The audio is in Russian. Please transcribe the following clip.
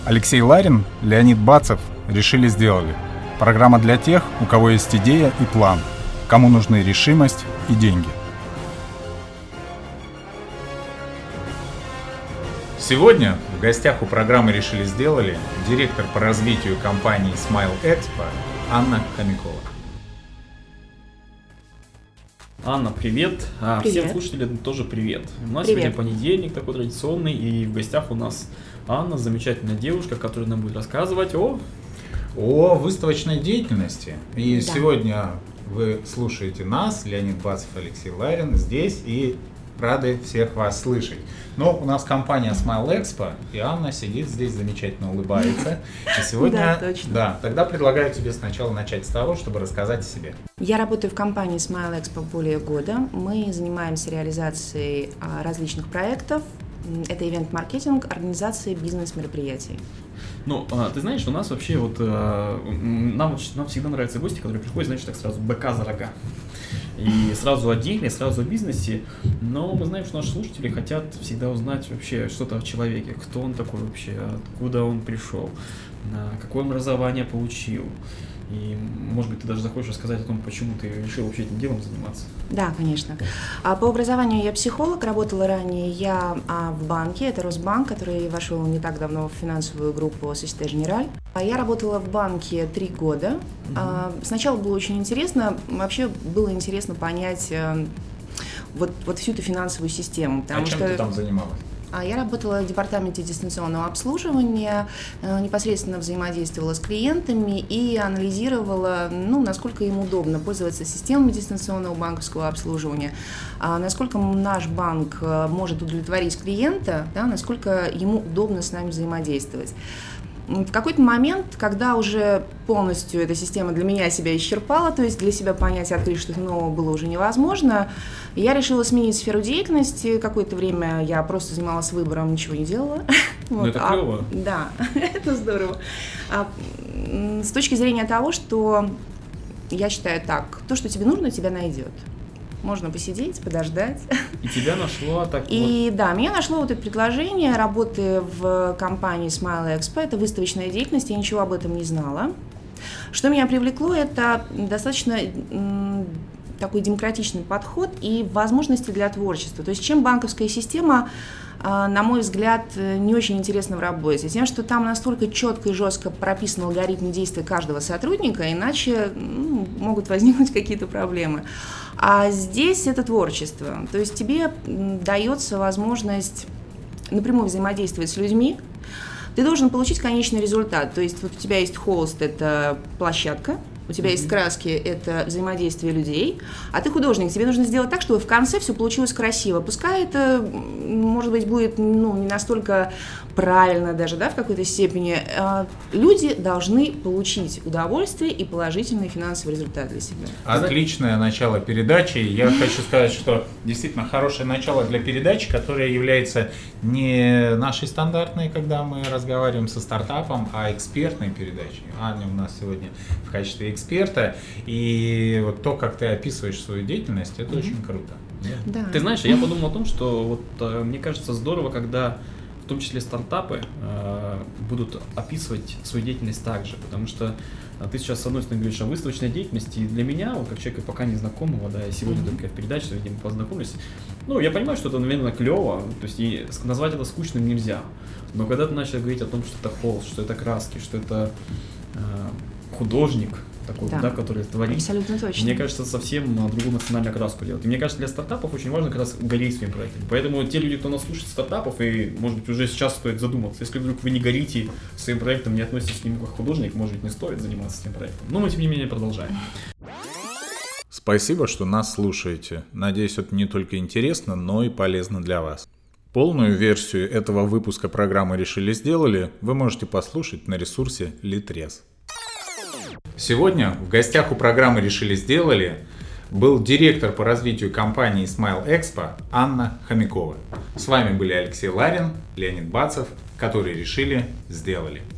Алексей Ларин, Леонид Бацев решили сделали. Программа для тех, у кого есть идея и план, кому нужны решимость и деньги. Сегодня в гостях у программы «Решили сделали» директор по развитию компании Smile Expo Анна Хомякова. Анна, привет. Привет. Всем слушателям тоже привет. У нас Привет. сегодня понедельник, такой традиционный, и в гостях у нас Анна, замечательная девушка, которая нам будет рассказывать о Выставочной деятельности. И Да. сегодня вы слушаете нас, Леонид Бацев, Алексей Ларин, здесь, и рады всех вас слышать. Но у нас компания Smile Expo, и Анна сидит здесь, замечательно улыбается. И сегодня, Да, точно. Да, тогда предлагаю тебе сначала начать с того, чтобы рассказать о себе. Я работаю в компании Smile Expo более года. Мы занимаемся реализацией различных проектов. Это ивент-маркетинг, организация бизнес-мероприятий. ты знаешь, у нас вообще нам всегда нравятся гости, которые приходят, знаешь, так сразу быка за рога. И сразу о деле, сразу о бизнесе. Но мы знаем, что наши слушатели хотят всегда узнать вообще что-то о человеке. Кто он такой вообще, откуда он пришел, какое образование получил. И, может быть, ты даже захочешь рассказать о том, почему ты решил вообще этим делом заниматься. Да, конечно. По образованию я психолог, работала ранее я в банке, это Росбанк, который вошел не так давно в финансовую группу Société Générale. Я работала в банке 3 года. Сначала было очень интересно, вообще было интересно понять вот всю эту финансовую систему. А чем ты там занималась? Я работала в департаменте дистанционного обслуживания, непосредственно взаимодействовала с клиентами и анализировала, насколько им удобно пользоваться системами дистанционного банковского обслуживания, насколько наш банк может удовлетворить клиента, насколько ему удобно с нами взаимодействовать. В какой-то момент, когда уже полностью эта система для меня себя исчерпала, то есть для себя понять, открыть что-то новое было уже невозможно, я решила сменить сферу деятельности. Какое-то время я просто занималась выбором, ничего не делала. Это клево. Да, это здорово. С точки зрения того, что я считаю так, то, что тебе нужно, тебя найдет. Можно посидеть, подождать. И тебя нашло Меня нашло это предложение работы в компании Smile Expo. Это выставочная деятельность, я ничего об этом не знала. Что меня привлекло, это достаточно такой демократичный подход и возможности для творчества. То есть чем банковская система, на мой взгляд, не очень интересна в работе. Тем, что там настолько четко и жестко прописан алгоритм действия каждого сотрудника, иначе могут возникнуть какие-то проблемы. А здесь это творчество. То есть тебе дается возможность напрямую взаимодействовать с людьми. Ты должен получить конечный результат. То есть вот у тебя есть холст, это площадка, у тебя есть краски, это взаимодействие людей, а ты художник, тебе нужно сделать так, чтобы в конце все получилось красиво. Пускай это, может быть, будет не настолько правильно даже, в какой-то степени. Люди должны получить удовольствие и положительный финансовый результат для себя. Отличное начало передачи. Я хочу сказать, что действительно хорошее начало для передачи, которая является не нашей стандартной, когда мы разговариваем со стартапом, а экспертной передачей. Аня у нас сегодня в качестве эксперта. И вот то, как ты описываешь свою деятельность, это очень круто. Да. Ты знаешь, я подумал о том, что мне кажется здорово, когда в том числе стартапы будут описывать свою деятельность также, потому что ты сейчас, с одной стороны, говоришь о выставочной деятельности, и для меня, как человека пока не знакомого, я сегодня только в передаче, где мы познакомились, я понимаю, что это, наверное, клево, то есть и назвать это скучным нельзя, но когда ты начал говорить о том, что это холст, что это краски, что это художник, такой, который творит. Абсолютно точно. Мне кажется, совсем другую национальную окраску делать. И мне кажется, для стартапов очень важно как раз гореть своим проектом. Поэтому те люди, кто нас слушает стартапов, и, может быть, уже сейчас стоит задуматься, если вдруг вы не горите своим проектом, не относитесь к нему как художник, может быть, не стоит заниматься этим проектом. Но мы, тем не менее, продолжаем. Спасибо, что нас слушаете. Надеюсь, это не только интересно, но и полезно для вас. Полную версию этого выпуска программы «Решили сделали» вы можете послушать на ресурсе Litres. Сегодня в гостях у программы «Решили сделали» был директор по развитию компании Smile Expo Анна Хомякова. С вами были Алексей Ларин, Леонид Бацев, которые решили сделали.